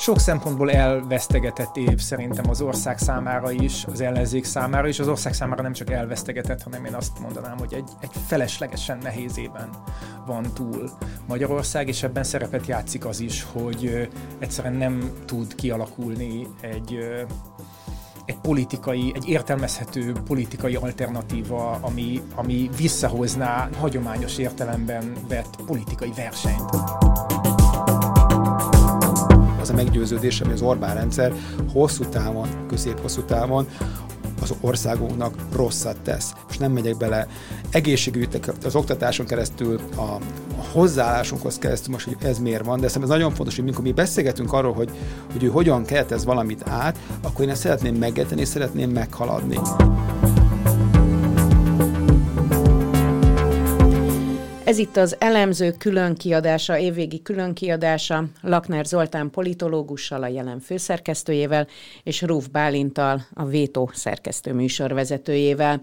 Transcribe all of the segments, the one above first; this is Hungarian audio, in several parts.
sok szempontból elvesztegetett év szerintem az ország számára is, az ellenzék számára is. Az ország számára nem csak elvesztegetett, hanem én azt mondanám, hogy egy feleslegesen nehéz évben van túl Magyarország, és ebben szerepet játszik az is, hogy egyszerűen nem tud kialakulni egy értelmezhető politikai alternatíva, ami visszahozná hagyományos értelemben vett politikai versenyt. Az a meggyőződés, hogy az Orbán rendszer hosszú távon, közép-hosszú távon az országunknak rosszat tesz. Most nem megyek bele egészségügynek, az oktatáson keresztül, a hozzáállásunkhoz keresztül most, hogy ez miért van, de szerintem ez nagyon fontos, hogy amikor mi beszélgetünk arról, hogy hogyan keretez valamit át, akkor én ezt szeretném megérteni, és szeretném meghaladni. Ez itt az Elemző különkiadása, évvégi különkiadása, Lakner Zoltán politológussal, a Jelen főszerkesztőjével, és Ruf Bálinttal, a Vétó szerkesztő műsorvezetőjével.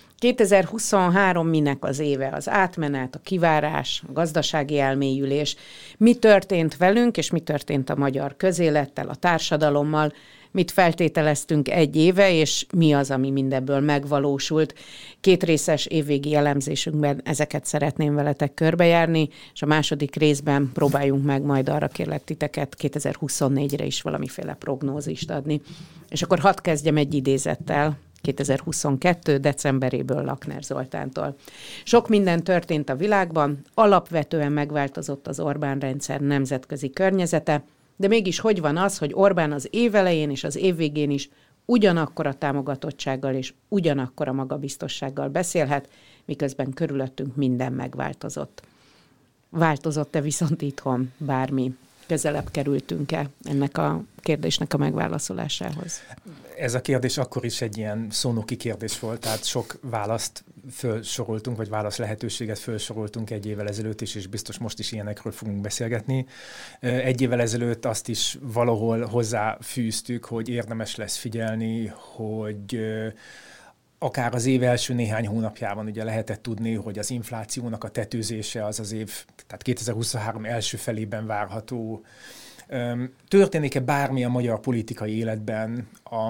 2023 minek az éve? Az átmenet, a kivárás, a gazdasági elmélyülés. Mi történt velünk, és mi történt a magyar közélettel, a társadalommal? Mit feltételeztünk egy éve, és mi az, ami mindebből megvalósult. Kétrészes évvégi elemzésünkben ezeket szeretném veletek körbejárni, és a második részben próbáljunk meg majd arra kérlek titeket 2024-re is valamiféle prognózist adni. És akkor hadd kezdjem egy idézettel, 2022. decemberéből Lakner Zoltántól. Sok minden történt a világban, alapvetően megváltozott az Orbán rendszer nemzetközi környezete, de mégis hogy van az, hogy Orbán az év elején és az év végén is ugyanakkora támogatottsággal és ugyanakkora magabiztossággal beszélhet, miközben körülöttünk minden megváltozott. Változott-e viszont itthon bármi? Közelebb kerültünk-e ennek a kérdésnek a megválaszolásához? Ez a kérdés akkor is egy ilyen szónoki kérdés volt, tehát sok választ felsoroltunk, vagy válasz lehetőséget felsoroltunk egy évvel ezelőtt is, és biztos most is ilyenekről fogunk beszélgetni. Egy évvel ezelőtt azt is valahol hozzáfűztük, hogy érdemes lesz figyelni, hogy akár az év első néhány hónapjában ugye lehetett tudni, hogy az inflációnak a tetőzése az év, tehát 2023 első felében várható. Történik-e bármi a magyar politikai életben,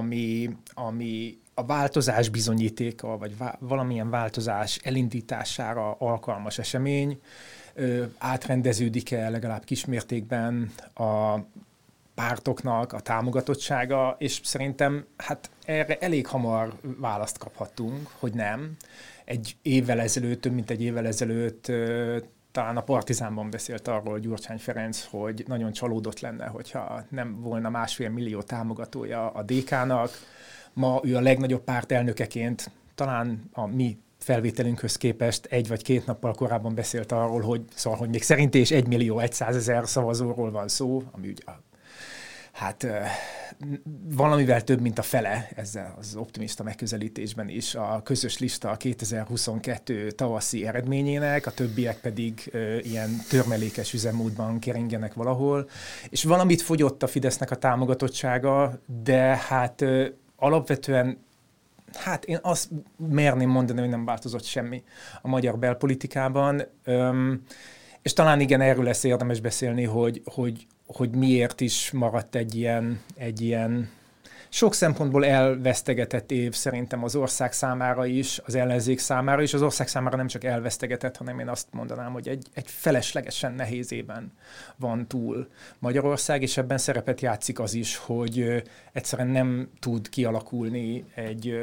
ami a változás bizonyítéka, vagy valamilyen változás elindítására alkalmas esemény? Átrendeződik-e legalább kismértékben a pártoknak a támogatottsága, és szerintem hát erre elég hamar választ kaphattunk, hogy nem. Egy évvel ezelőtt, több mint egy évvel ezelőtt talán a Partizánban beszélt arról Gyurcsány Ferenc, hogy nagyon csalódott lenne, hogyha nem volna 1,5 millió támogatója a DK-nak. Ma ő a legnagyobb párt elnökeként, talán a mi felvételünkhöz képest 1 vagy 2 nappal korábban beszélt arról, hogy még szerint is 1.100.000 szavazóról van szó, ami ugye hát valamivel több, mint a fele ezzel az optimista megközelítésben is a közös lista a 2022 tavaszi eredményének, a többiek pedig ilyen törmelékes üzemmódban keringenek valahol, és valamit fogyott a Fidesznek a támogatottsága, de hát alapvetően hát én azt merném mondani, hogy nem változott semmi a magyar belpolitikában, és talán igen, erről lesz érdemes beszélni, hogy miért is maradt egy ilyen sok szempontból elvesztegetett év szerintem az ország számára is, az ellenzék számára is. Az ország számára nem csak elvesztegetett, hanem én azt mondanám, hogy egy feleslegesen nehéz évben van túl Magyarország, és ebben szerepet játszik az is, hogy egyszerűen nem tud kialakulni egy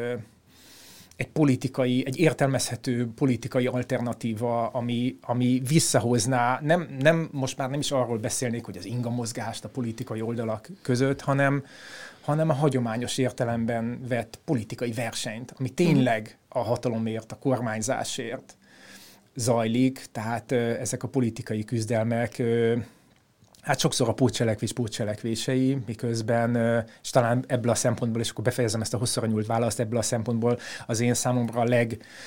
értelmezhető politikai alternatíva, ami visszahozná, most már nem is arról beszélnék, hogy az ingamozgást a politikai oldalak között, hanem a hagyományos értelemben vett politikai versenyt, ami tényleg a hatalomért, a kormányzásért zajlik, tehát ezek a politikai küzdelmek hát sokszor a pótcselekvései, miközben, és talán ebből a szempontból, és akkor befejezem ezt a hosszúra nyúlt választ, ebből a szempontból az én számomra a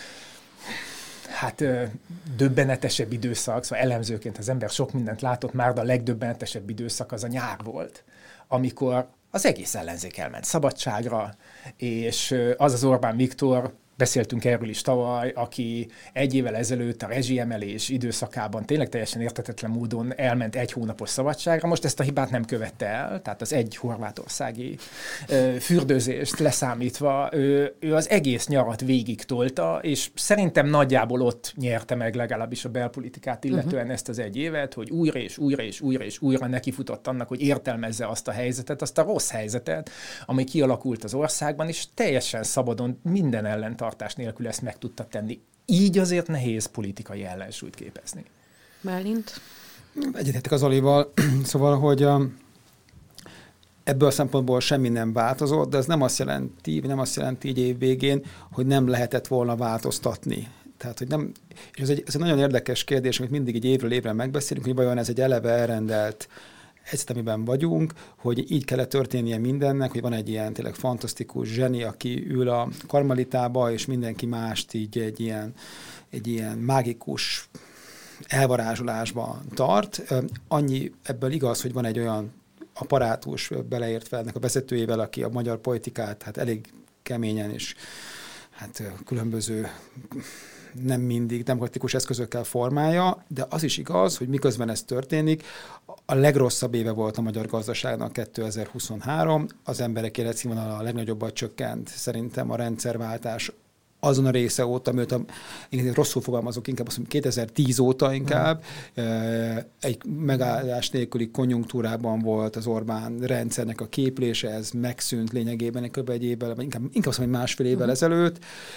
döbbenetesebb időszak, szóval elemzőként az ember sok mindent látott már, de a legdöbbenetesebb időszak az a nyár volt, amikor az egész ellenzék elment szabadságra, és az Orbán Viktor beszéltünk erről is tavaly, aki egy évvel ezelőtt a rezsiemelés időszakában tényleg teljesen érthetetlen módon elment 1 hónapos szabadságra, most ezt a hibát nem követte el, tehát az egy horvátországi fürdőzést leszámítva, ő az egész nyarat végig tolta, és szerintem nagyjából ott nyerte meg legalábbis a belpolitikát illetően ezt az 1 évet, hogy újra nekifutott annak, hogy értelmezze azt a helyzetet, azt a rossz helyzetet, ami kialakult az országban, és teljesen szabadon minden ellentartás nélkül ezt meg tudta tenni. Így azért nehéz politikai ellensúlyt képezni. Bálint? Egyetértek az Olival, szóval, hogy ebből a szempontból semmi nem változott, de ez nem azt jelenti így év végén, hogy nem lehetett volna változtatni. Tehát, hogy nem, és ez egy nagyon érdekes kérdés, amit mindig így évről évre megbeszélünk, hogy vajon ez egy eleve elrendelt helyzet, amiben vagyunk, hogy így kellett történnie mindennek, hogy van egy ilyen tényleg fantasztikus zseni, aki ül a karmelitába, és mindenki mást így egy ilyen mágikus elvarázsolásban tart. Annyi ebből igaz, hogy van egy olyan apparátus beleértve ennek a vezetőjével, aki a magyar politikát hát elég keményen és hát különböző nem mindig demokratikus eszközökkel formálja, de az is igaz, hogy miközben ez történik, a legrosszabb éve volt a magyar gazdaságnak 2023, az emberek életszínvonala a legnagyobbat csökkent, szerintem a rendszerváltás azon a része óta, mióta, én rosszul fogalmazok, inkább azt mondom, 2010 óta inkább, egy megállás nélküli konjunktúrában volt az Orbán rendszernek a képlése, ez megszűnt lényegében kb. Egy évvel, vagy inkább azt mondom, másfél évvel ezelőtt,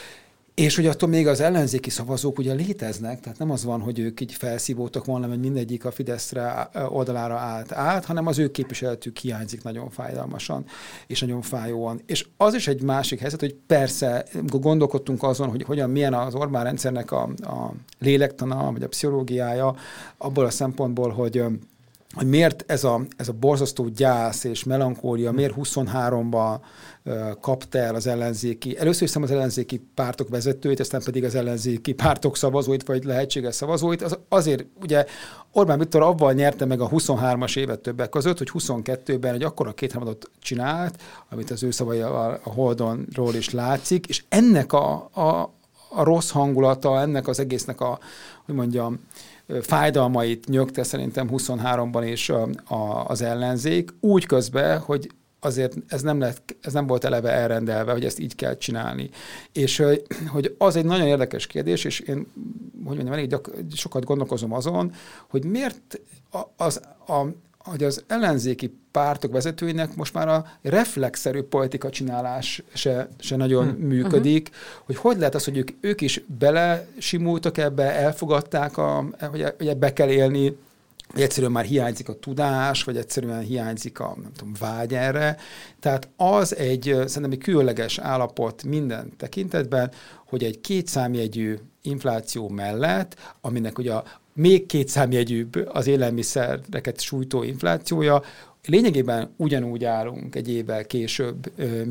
és hogy attól még az ellenzéki szavazók ugye léteznek, tehát nem az van, hogy ők így felszívódtak volna, hogy mindegyik a Fideszre oldalára állt, hanem az ő képviseletük hiányzik nagyon fájdalmasan, és nagyon fájóan. És az is egy másik helyzet, hogy persze gondolkodtunk azon, hogy milyen az Orbán rendszernek a lélektana, vagy a pszichológiája, abból a szempontból, hogy miért ez a borzasztó gyász és melankólia, miért 23-ban kapta el az ellenzéki, először is az ellenzéki pártok vezetőit, aztán pedig az ellenzéki pártok szavazóit, vagy lehetséges szavazóit. Azért ugye Orbán Viktor avval nyerte meg a 23-as évet többek között, hogy 22-ben egy akkora kétharmadot csinált, amit az ő szavaival a Holdonról is látszik, és ennek a rossz hangulata, ennek az egésznek hogy mondjam, fájdalmait nyögte szerintem 23-ban is az ellenzék, úgy közben, hogy azért ez nem volt eleve elrendelve, hogy ezt így kell csinálni. És hogy az egy nagyon érdekes kérdés, és én, hogy mondjam, elég sokat gondolkozom azon, hogy miért hogy az ellenzéki pártok vezetőinek most már a reflexzerű politika csinálás se nagyon működik, hogy lehet az, hogy ők is belesimultak ebbe, elfogadták, hogy ebbe kell élni, vagy egyszerűen már hiányzik a tudás, vagy egyszerűen hiányzik a vágy erre. Tehát az szerintem egy különleges állapot minden tekintetben, hogy egy 2 számjegyű infláció mellett, aminek ugye még 2 számjegyűbb az élelmiszereket sújtó inflációja, lényegében ugyanúgy állunk egy évvel később,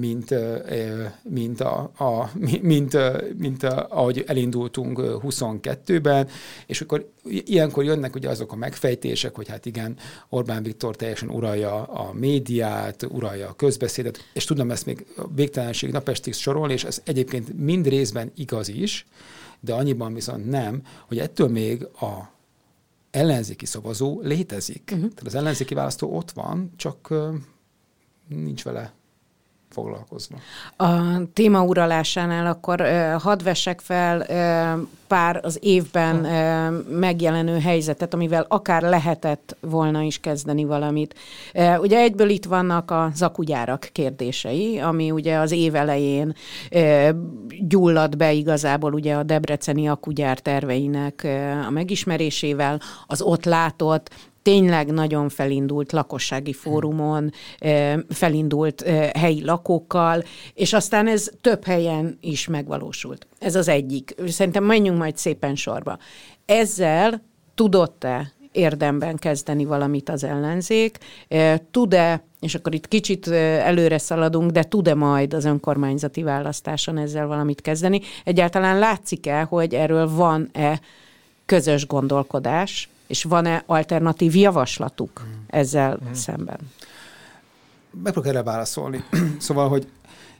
mint ahogy elindultunk 22-ben, és akkor ilyenkor jönnek ugye azok a megfejtések, hogy hát igen, Orbán Viktor teljesen uralja a médiát, uralja a közbeszédet, és tudom ezt még végtelenség napestig sorolni, és ez egyébként mind részben igaz is, de annyiban viszont nem, hogy ettől még a ellenzéki szavazó létezik. Tehát az ellenzéki választó ott van, csak nincs vele foglalkozva. A téma uralásánál akkor hadd vessek fel pár az évben megjelenő helyzetet, amivel akár lehetett volna is kezdeni valamit. Ugye egyből itt vannak a zakugyárak kérdései, ami ugye az év elején gyulladt be igazából ugye a debreceni akugyár terveinek a megismerésével, az ott látott tényleg nagyon felindult lakossági fórumon, felindult helyi lakókkal, és aztán ez több helyen is megvalósult. Ez az egyik. Szerintem menjünk majd szépen sorba. Ezzel tudott-e érdemben kezdeni valamit az ellenzék? Tud-e, és akkor itt kicsit előre szaladunk, de tud-e majd az önkormányzati választáson ezzel valamit kezdeni? Egyáltalán látszik-e, hogy erről van-e közös gondolkodás, és van-e alternatív javaslatuk ezzel szemben? Megpróbálok erre válaszolni. Szóval, hogy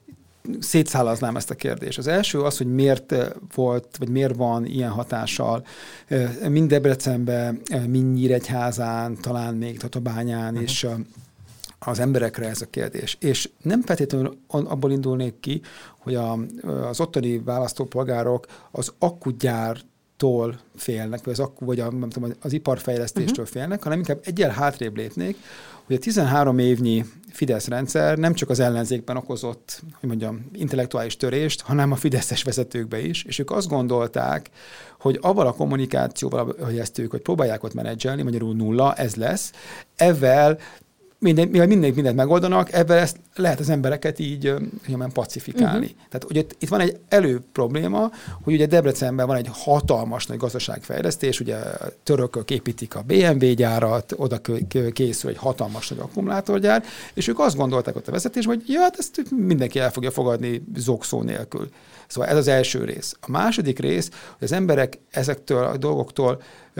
szétszálaznám ezt a kérdést. Az első az, hogy miért volt, vagy miért van ilyen hatással mind Debrecenben, mind Nyíregyházán, talán még Tatabányán is az emberekre ez a kérdés. És nem feltétlenül abból indulnék ki, hogy az ottani választópolgárok az akkugyártól félnek, vagy az iparfejlesztéstől félnek, hanem inkább egyel hátrébb lépnék, hogy a 13 évnyi Fidesz rendszer nem csak az ellenzékben okozott, hogy mondjam, intellektuális törést, hanem a fideszes vezetőkbe is, és ők azt gondolták, hogy avval a kommunikációval, hogy ezt ők, hogy próbálják ott menedzselni, magyarul nulla, ez lesz, ezzel mivel mindent megoldanak, ebben ezt lehet az embereket így pacifikálni. Tehát ugye itt van egy probléma, hogy ugye Debrecenben van egy hatalmas nagy gazdaságfejlesztés, ugye törökök építik a BMW gyárat, oda készül egy hatalmas nagy akkumulátorgyár, és ők azt gondolták ott a vezetésben, hogy hát ezt mindenki el fogja fogadni zokszó nélkül. Szóval ez az első rész. A második rész, hogy az emberek ezektől a dolgoktól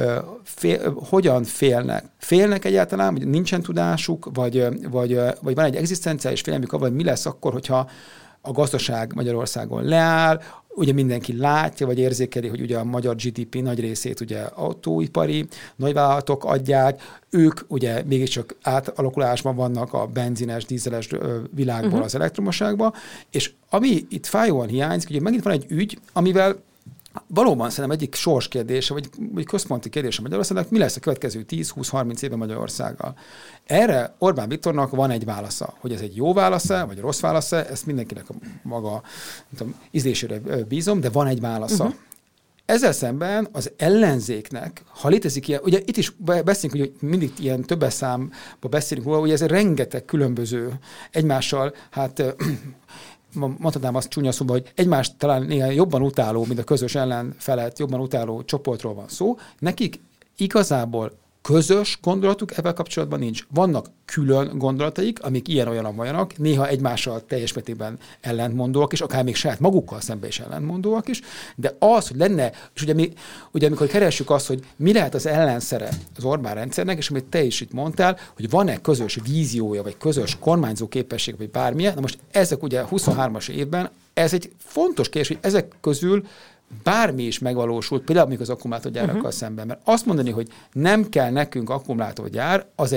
hogyan félnek? Félnek egyáltalán, hogy nincsen tudásuk, vagy van egy egzisztenciális félelmük, vagy mi lesz akkor, hogyha a gazdaság Magyarországon leáll, ugye mindenki látja, vagy érzékeli, hogy ugye a magyar GDP nagy részét ugye autóipari nagyvállalatok adják, ők ugye mégiscsak átalakulásban vannak a benzines, dízeles világból az elektromosságba, és ami itt fájóan hiányzik, ugye megint van egy ügy, amivel valóban szerintem egyik sorskérdése, vagy központi kérdése Magyarországnak, mi lesz a következő 10-20-30 évben Magyarországgal. Erre Orbán Viktornak van egy válasza. Hogy ez egy jó válasza, vagy rossz válasza, ezt mindenkinek a maga ízlésére bízom, de van egy válasza. Ezzel szemben az ellenzéknek, ha létezik ilyen, ugye itt is beszélünk, hogy mindig ilyen többes számba beszélünk róla, hogy ez rengeteg különböző egymással, mondhatnám azt csúnya szóval, hogy egymást talán néha jobban utáló, mint a közös ellenfelet, jobban utáló csoportról van szó. Nekik igazából közös gondolatuk ebben kapcsolatban nincs. Vannak külön gondolataik, amik ilyen-olyanok, néha egymással teljes mértékben ellentmondóak is, akár még saját magukkal szemben is ellentmondóak is, de az, hogy lenne, és ugye amikor keressük azt, hogy mi lehet az ellenszere az Orbán rendszernek, és amit te is itt mondtál, hogy van-e közös víziója, vagy közös kormányzó képesség, vagy bármilyen, na most ezek ugye 23-as évben, ez egy fontos kérdés, hogy ezek közül bármi is megvalósult, például még az akkumulátorgyárakkal szemben. Mert azt mondani, hogy nem kell nekünk akkumulátorgyár, az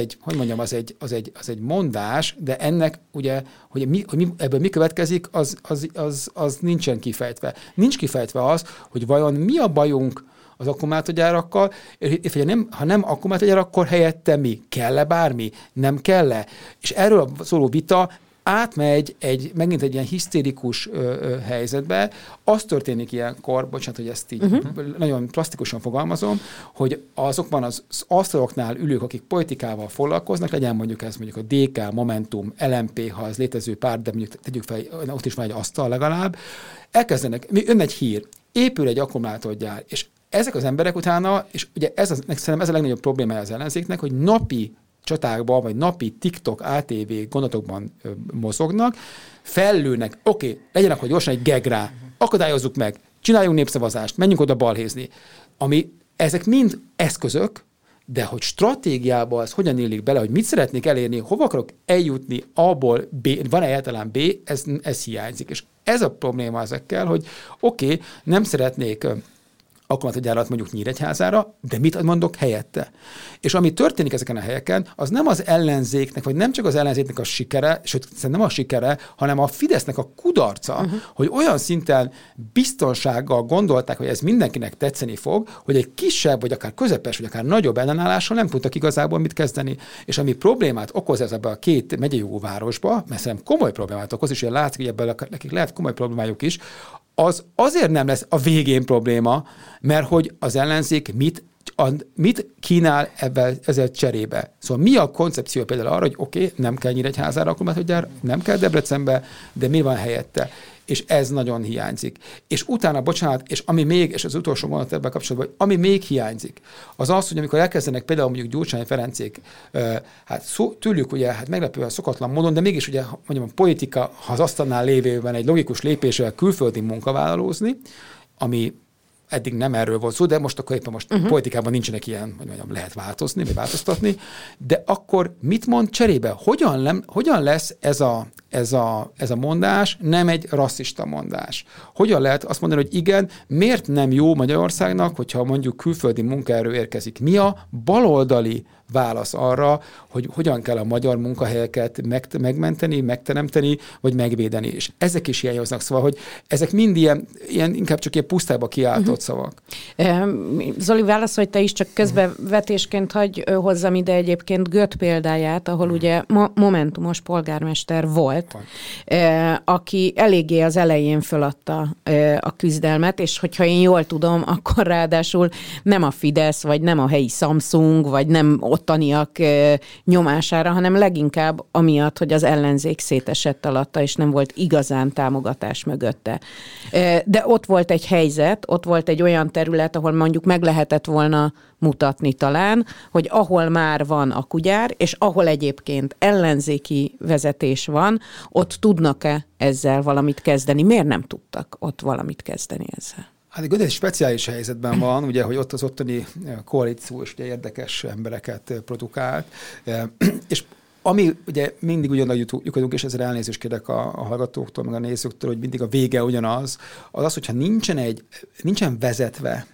egy mondás, de ennek ugye, hogy ebből mi következik, az nincsen kifejtve. Nincs kifejtve az, hogy vajon mi a bajunk az akkumulátorgyárakkal, és ha nem akkumulátorgyár, akkor helyette mi? Kell-e bármi? Nem kell-e? És erről szóló vita átmegy megint egy ilyen hisztérikus helyzetbe. Az történik ilyenkor, bocsánat, hogy ezt így nagyon plastikusan fogalmazom, hogy azokban az asztaloknál ülők, akik politikával foglalkoznak, legyen mondjuk a DK, Momentum, LMP, ha az létező párt, de mondjuk tegyük fel, ott is van egy asztal legalább, elkezdenek, jön egy hír, épül egy akkumulátorgyár, és ezek az emberek utána, és ugye szerintem ez a legnagyobb problémája az ellenzéknek, hogy napi csatákban, vagy napi TikTok, ATV gondolatokban mozognak, fellőnek, oké, legyen akkor gyorsan egy geg rá, akadályozzuk meg, csináljunk népszavazást, menjünk oda balhézni. Ezek mind eszközök, de hogy stratégiában ez hogyan illik bele, hogy mit szeretnék elérni, hova akarok eljutni, abból B, van-e egyáltalán B, ez hiányzik. És ez a probléma ezekkel, hogy oké, nem szeretnék akkumulátorgyárat mondjuk Nyíregyházára, de mit mondok helyette? És ami történik ezeken a helyeken, az nem az ellenzéknek, vagy nem csak az ellenzéknek a sikere, sőt, szerintem nem a sikere, hanem a Fidesznek a kudarca, hogy olyan szinten biztonsággal gondolták, hogy ez mindenkinek tetszeni fog, hogy egy kisebb, vagy akár közepes, vagy akár nagyobb ellenállással nem tudtak igazából mit kezdeni. És ami problémát okoz ez ebben a két megyei városba, mert szerintem komoly problémát okoz, és látszik, hogy ebből nekik lehet komoly problémájuk is, az azért nem lesz a végén probléma, mert hogy az ellenzék mit kínál ezzel cserébe. Szóval mi a koncepció például arra, hogy oké, nem kell Nyíregyházára akkumulátorgyár, nem kell Debrecenbe, de mi van helyette? És ez nagyon hiányzik. És utána, bocsánat, és ami még, és az utolsó mondat ebben kapcsolatban, hogy ami még hiányzik, az az, hogy amikor elkezdenek például mondjuk Gyurcsány Ferencék, tőlük ugye meglepően szokatlan módon, de mégis ugye mondjam, a politika, ha az asztalnál lévőben egy logikus lépéssel külföldi munkavállalózni, ami eddig nem erről volt szó, de most akkor éppen politikában nincsenek ilyen, hogy mondjam, lehet változni, vagy változtatni, de akkor mit mond cserébe? Hogyan lesz ez a ez a mondás nem egy rasszista mondás. Hogyan lehet azt mondani, hogy igen, miért nem jó Magyarországnak, hogyha mondjuk külföldi munkaerő érkezik? Mi a baloldali válasz arra, hogy hogyan kell a magyar munkahelyeket megmenteni, megteremteni, vagy megvédeni. És ezek is hiányoznak, szóval, hogy ezek mind ilyen inkább csak ilyen pusztába kiáltott szavak. Zoli, válaszolj te is, csak közbevetésként hagyj hozzam ide egyébként Göt példáját, ahol ugye momentumos polgármester volt, aki eléggé az elején föladta a küzdelmet, és hogyha én jól tudom, akkor ráadásul nem a Fidesz, vagy nem a helyi Samsung, vagy nem ottaniak nyomására, hanem leginkább amiatt, hogy az ellenzék szétesett alatta, és nem volt igazán támogatás mögötte. De ott volt egy helyzet, ott volt egy olyan terület, ahol mondjuk meg lehetett volna mutatni talán, hogy ahol már van akugyár, és ahol egyébként ellenzéki vezetés van, ott tudnak-e ezzel valamit kezdeni? Miért nem tudtak ott valamit kezdeni ezzel? Hát egy speciális helyzetben van, ugye, hogy ott az ottani koalíció is ugye érdekes embereket produkált, és ami ugye mindig ugyanaz lyukadunk, és ezzel elnézést kérek a hallgatóktól, meg a nézőktől, hogy mindig a vége ugyanaz, az, hogyha nincsen vezetve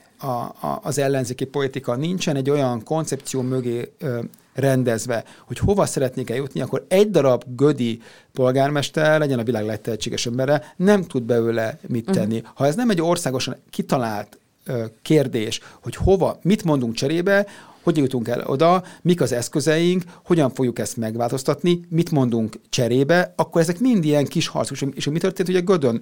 az ellenzéki politika, nincsen egy olyan koncepció mögé rendezve, hogy hova szeretnék eljutni, akkor egy darab gödi polgármester, legyen a világ legtehetséges embere, nem tud belőle mit tenni. Ha ez nem egy országosan kitalált kérdés, hogy hova, mit mondunk cserébe, hogy jutunk el oda, mik az eszközeink, hogyan fogjuk ezt megváltoztatni, mit mondunk cserébe, akkor ezek mind ilyen kis harcok. És mi történt? Ugye Gödön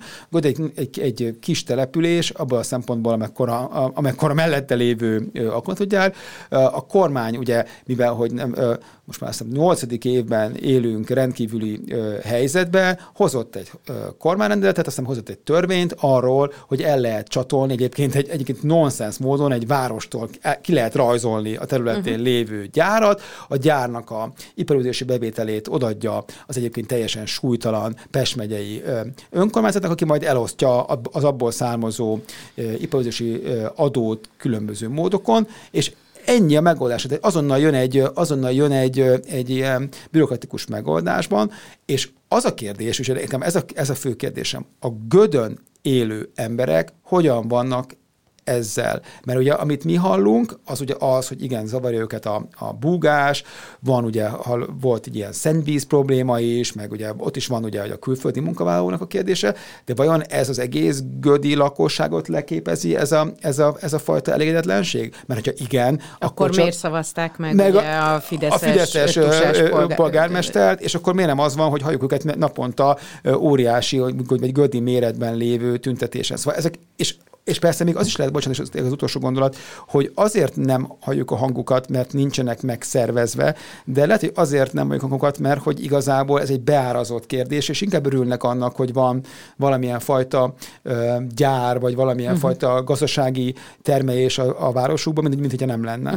egy kis település, abban a szempontból, amekkora mellette lévő alkotmánygyár, a kormány, ugye, mivel hogy nem, most már azt hiszem 8. évben élünk rendkívüli helyzetbe, hozott egy kormányrendeletet, aztán hozott egy törvényt arról, hogy el lehet csatolni egyébként nonsens módon egy várostól ki lehet rajzolni a területén lévő gyárat, a gyárnak a iparüzési bevételét odaadja az egyébként teljesen súlytalan Pest megyei önkormányzatnak, aki majd elosztja az abból származó iparüzési adót különböző módokon, és ennyi a megoldás. Azonnal jön egy ilyen bürokratikus megoldásban, és az a kérdés, és nekem ez a fő kérdésem, a Gödön élő emberek hogyan vannak ezzel. Mert ugye, amit mi hallunk, az ugye az, hogy igen, zavarja őket a búgás, van ugye, volt egy ilyen szennyvíz probléma is, meg ugye ott is van ugye a külföldi munkavállalónak a kérdése, de vajon ez az egész gödi lakosságot leképezi, ez a fajta elégedetlenség? Mert hogyha igen, akkor miért szavazták meg a Fideszes polgármestert, és akkor miért nem az van, hogy halljuk őket naponta óriási, vagy gödi méretben lévő tüntetésen. Szóval ezek, és persze még az is lehet, bocsánat, és az utolsó gondolat, hogy azért nem halljuk a hangukat, mert nincsenek megszervezve, de lehet, hogy azért nem halljuk a hangukat, mert hogy igazából ez egy beárazott kérdés, és inkább örülnek annak, hogy van valamilyen fajta gyár, vagy valamilyen fajta gazdasági termelés a városukban, mint hogyha nem lenne.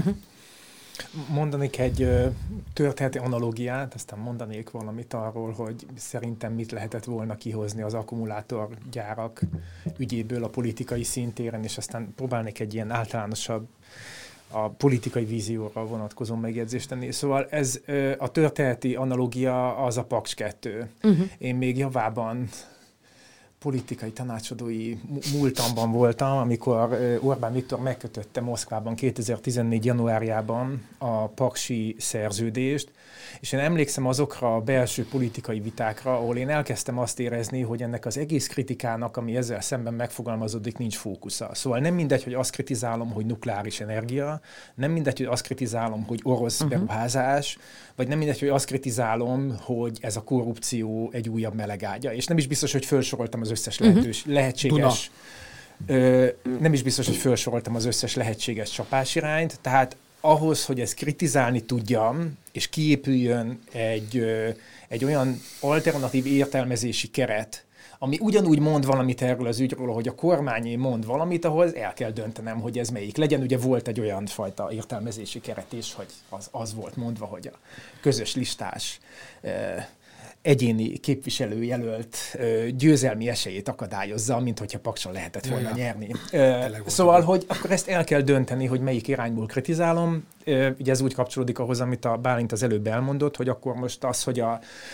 Mondanék egy történeti analógiát, aztán mondanék valamit arról, hogy szerintem mit lehetett volna kihozni az akkumulátorgyárak ügyéből a politikai szintéren, és aztán próbálnék egy ilyen általánosabb a politikai vízióra vonatkozó megjegyzést tenni. Szóval ez a történeti analógia az a Paks 2. Én még javában politikai tanácsadói múltamban voltam, amikor Orbán Viktor megkötötte Moszkvában 2014. januárjában a paksi szerződést, és én emlékszem azokra a belső politikai vitákra, ahol én elkezdtem azt érezni, hogy ennek az egész kritikának, ami ezzel szemben megfogalmazódik, nincs fókusza. Szóval nem mindegy, hogy azt kritizálom, hogy nukleáris energia, nem mindegy, hogy azt kritizálom, hogy orosz beruházás, vagy nem mindegy, hogy azt kritizálom, hogy ez a korrupció egy újabb melegágya. És nem is biztos, hogy felsoroltam az összes lehetséges nem is biztos, hogy felsoroltam az összes lehetséges csapásirányt, tehát ahhoz, hogy ezt kritizálni tudjam, és kiépüljön egy olyan alternatív értelmezési keret, ami ugyanúgy mond valamit erről az ügyről, hogy a kormányé mond valamit, ahhoz el kell döntenem, hogy ez melyik legyen. Ugye volt egy olyan fajta értelmezési keret is, hogy az volt mondva, hogy a közös listás egyéni képviselőjelölt győzelmi esélyét akadályozza, mint hogyha Pakson lehetett volna nyerni. Szóval, hogy akkor ezt el kell dönteni, hogy melyik irányból kritizálom. Ugye ez úgy kapcsolódik ahhoz, amit a Bálint az előbb elmondott, hogy akkor most az, hogy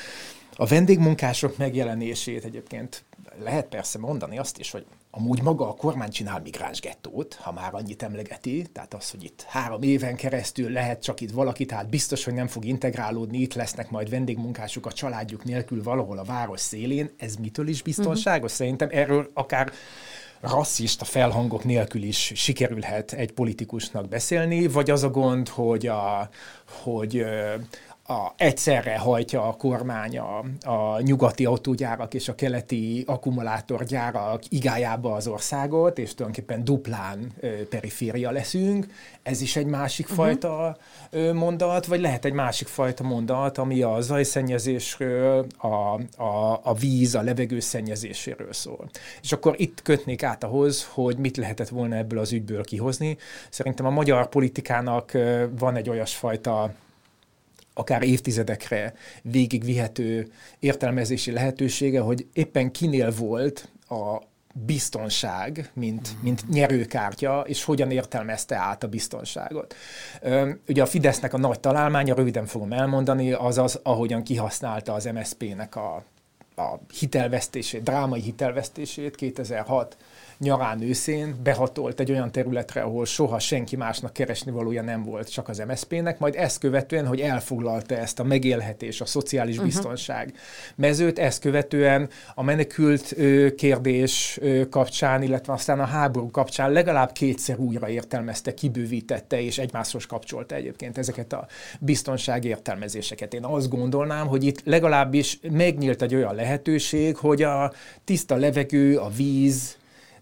A vendégmunkások megjelenését egyébként lehet persze mondani azt is, hogy amúgy maga a kormány csinál migránsgettót, ha már annyit emlegeti, tehát az, hogy itt 3 éven keresztül lehet csak itt valaki, tehát biztos, hogy nem fog integrálódni, itt lesznek majd vendégmunkások a családjuk nélkül valahol a város szélén, ez mitől is biztonságos? Szerintem erről akár rasszista felhangok nélkül is sikerülhet egy politikusnak beszélni, vagy az a gond, hogy egyszerre hajtja a kormány a nyugati autógyárak és a keleti akkumulátorgyárak igájába az országot, és tulajdonképpen duplán periféria leszünk. Ez is egy másik fajta mondat, vagy lehet egy másik fajta mondat, ami a zajszennyezésről, a víz, a levegő szennyezéséről szól. És akkor itt kötnék át ahhoz, hogy mit lehetett volna ebből az ügyből kihozni. Szerintem a magyar politikának van egy olyasfajta akár évtizedekre végigvihető értelmezési lehetősége, hogy éppen kinél volt a biztonság, mint nyerőkártya, és hogyan értelmezte át a biztonságot. Ugye a Fidesznek a nagy találmánya, röviden fogom elmondani, az, ahogyan kihasználta az MSZP-nek a hitelvesztését, drámai hitelvesztését 2006 nyarán őszén behatolt egy olyan területre, ahol soha senki másnak keresnivalója nem volt, csak az MSZP-nek, majd ezt követően, hogy elfoglalta ezt a megélhetés, a szociális biztonság mezőt, ezt követően a menekült kérdés kapcsán, illetve aztán a háború kapcsán legalább 2-szer újra értelmezte, kibővítette és egymáshoz kapcsolta egyébként ezeket a biztonsági értelmezéseket. Én azt gondolnám, hogy itt legalábbis megnyílt egy olyan lehetőség, hogy a tiszta levegő, a víz,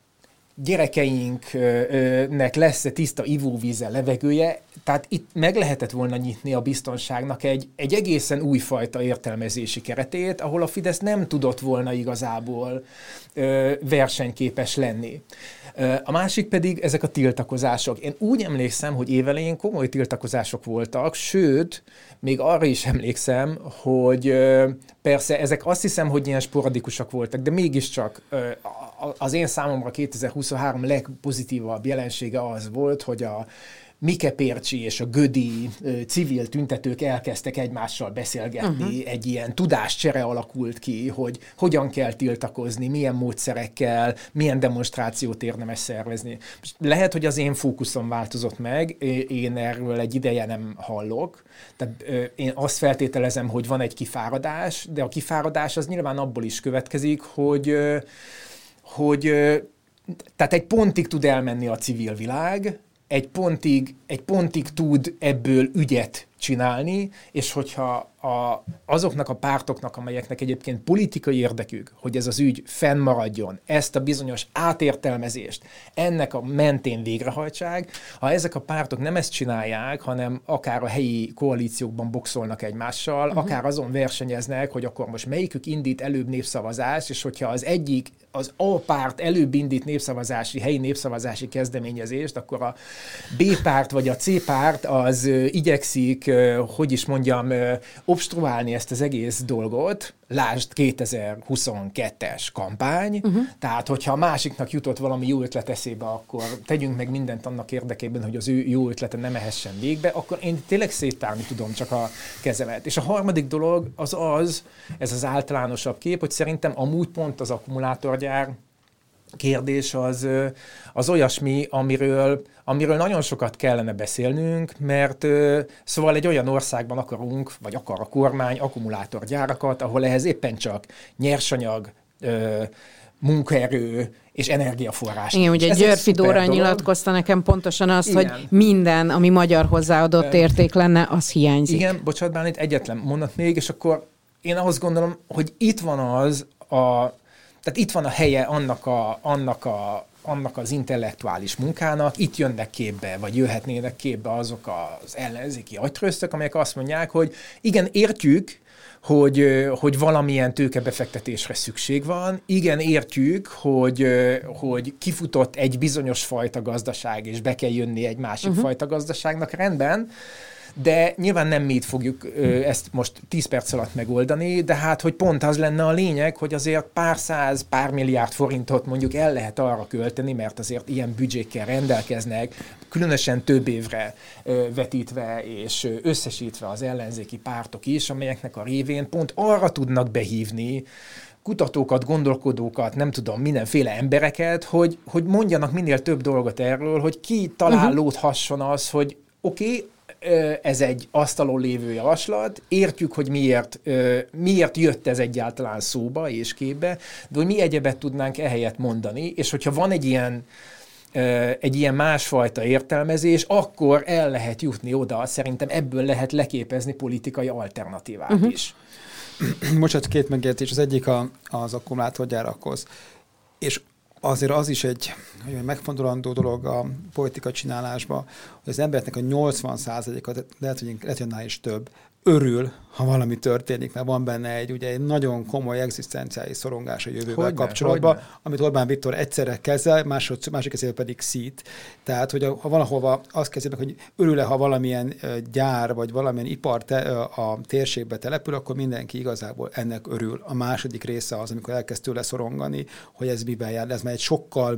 gyerekeinknek lesz-e tiszta ivóvízzel levegője, tehát itt meg lehetett volna nyitni a biztonságnak egy egészen újfajta értelmezési keretét, ahol a Fidesz nem tudott volna igazából versenyképes lenni. A másik pedig ezek a tiltakozások. Én úgy emlékszem, hogy évelején komoly tiltakozások voltak, sőt, még arra is emlékszem, hogy persze ezek azt hiszem, hogy ilyen sporadikusak voltak, de mégiscsak az én számomra 2023 legpozitívabb jelensége az volt, hogy a Mike Pércsi és a Gödi civil tüntetők elkezdtek egymással beszélgetni, egy ilyen tudáscsere alakult ki, hogy hogyan kell tiltakozni, milyen módszerekkel, milyen demonstrációt érdemes szervezni. Lehet, hogy az én fókuszom változott meg, én erről egy ideje nem hallok, tehát én azt feltételezem, hogy van egy kifáradás, de a kifáradás az nyilván abból is következik, hogy tehát egy pontig tud elmenni a civil világ, egy pontig tud ebből ügyet csinálni, és hogyha azoknak a pártoknak, amelyeknek egyébként politikai érdekük, hogy ez az ügy fennmaradjon, ezt a bizonyos átértelmezést, ennek a mentén végrehajtsák, ha ezek a pártok nem ezt csinálják, hanem akár a helyi koalíciókban boxolnak egymással, akár azon versenyeznek, hogy akkor most melyikük indít előbb népszavazást, és hogyha az egyik, az A párt előbb indít helyi népszavazási kezdeményezést, akkor a B párt vagy a C párt az igyekszik, hogy is mondjam, obstruálni ezt az egész dolgot, lásd 2022-es kampány, tehát hogyha a másiknak jutott valami jó ötlet eszébe, akkor tegyünk meg mindent annak érdekében, hogy az ő jó ötlete ne mehessen végbe, akkor én tényleg széttárni tudom csak a kezemet. És a harmadik dolog ez az általánosabb kép, hogy szerintem amúgy pont az akkumulátorgyár kérdés az olyasmi, amiről nagyon sokat kellene beszélnünk, mert szóval egy olyan országban akarunk, vagy akar a kormány akkumulátorgyárakat, ahol ehhez éppen csak nyersanyag, munkaerő és energiaforrás. Igen, ugye Györfi Dóra nyilatkozta nekem pontosan azt, hogy minden, ami magyar hozzáadott érték lenne, az hiányzik. Igen, bocsánat, Bálint, egyetlen mondat még, és akkor én azt gondolom, hogy itt van tehát itt van a helye annak az intellektuális munkának, itt jönnek képbe, vagy jöhetnének képbe azok az ellenzéki agytröztök, amelyek azt mondják, hogy igen, értjük, hogy valamilyen tőkebefektetésre szükség van. Igen, értjük, hogy kifutott egy bizonyos fajta gazdaság, és be kell jönni egy másik fajta gazdaságnak, rendben, de nyilván nem mi itt fogjuk ezt most 10 perc alatt megoldani, de hát, hogy pont az lenne a lényeg, hogy azért pár milliárd forintot mondjuk el lehet arra költeni, mert azért ilyen büdzsékkel rendelkeznek, különösen több évre vetítve és összesítve az ellenzéki pártok is, amelyeknek a révén pont arra tudnak behívni kutatókat, gondolkodókat, nem tudom, mindenféle embereket, hogy mondjanak minél több dolgot erről, hogy kitalálódhasson az, hogy oké, ez egy asztalon lévő javaslat, értjük, hogy miért jött ez egyáltalán szóba és képbe, de hogy mi egyebet tudnánk ehelyett mondani, és hogyha van egy ilyen másfajta értelmezés, akkor el lehet jutni oda, szerintem ebből lehet leképezni politikai alternatívát is. Bocsánat, 2 megjegyzés. Az egyik az akkumulátorgyárakhoz. És azért az is egy megfontolandó dolog a politika csinálásban, hogy az embereknek a 80%-a, lehet, hogy annál is több, örül, ha valami történik, mert van benne egy nagyon komoly egzisztenciális szorongás a jövővel kapcsolatban, amit Orbán Viktor egyszerre kezel, másik kezével pedig szít. Tehát, hogy ha valahova azt kezdjük, hogy örül-e, ha valamilyen gyár, vagy valamilyen ipar a térségbe települ, akkor mindenki igazából ennek örül. A második része az, amikor elkezd tőle szorongani, hogy ez miben jár. Ez már egy sokkal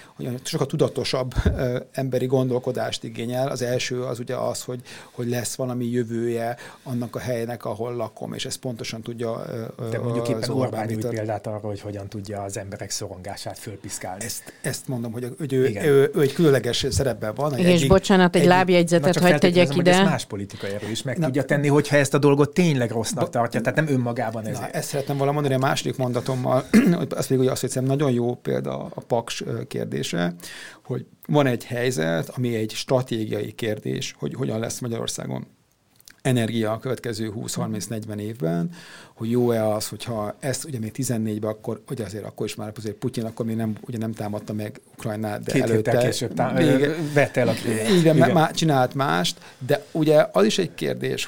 tudatosabb emberi gondolkodást igényel. Az első az ugye az, hogy lesz valami jövője annak a helynek, ahol lakom, és ezt pontosan tudja de mondjuk éppen Orbán nyújt példát arra, hogy hogyan tudja az emberek szorongását fölpiszkálni. Ezt mondom, hogy ő egy különleges szerepben van. És bocsánat, egy lábjegyzetet hadd tegyek ide. Hogy más politikai erő is meg tudja tenni, hogyha ezt a dolgot tényleg rossznak tartja, tehát nem önmagában ezért. Ezt szeretném volna mondani a második mondatommal, azt pedig azt hiszem nagyon jó példa a Paks kérdése, hogy van egy helyzet, ami egy stratégiai kérdés, hogy hogyan lesz Magyarországon energia a következő 20-30-40 évben, hogy jó-e az, hogyha ezt ugye még 14-ben, akkor is már azért Putyin akkor még nem támadta meg Ukrajnát, de 2 előtte... héttel később vette el a Igen, csinált mást, de ugye az is egy kérdés,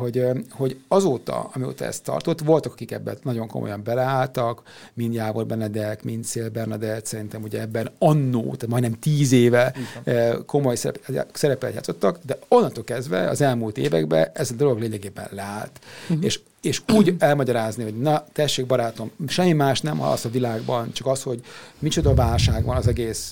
hogy azóta, amióta ezt tartott, voltak, akik ebben nagyon komolyan beleálltak, mind Jávor Benedek, mind Széll Bernadett, szerintem ugye ebben annó, tehát majdnem 10 éve komoly szerepet játszottak, de onnantól kezdve az elmúlt években ez a dolog lényegében leállt. És úgy elmagyarázni, hogy na, tessék barátom, semmi más nem hallasz a világban, csak az, hogy micsoda válság van az egész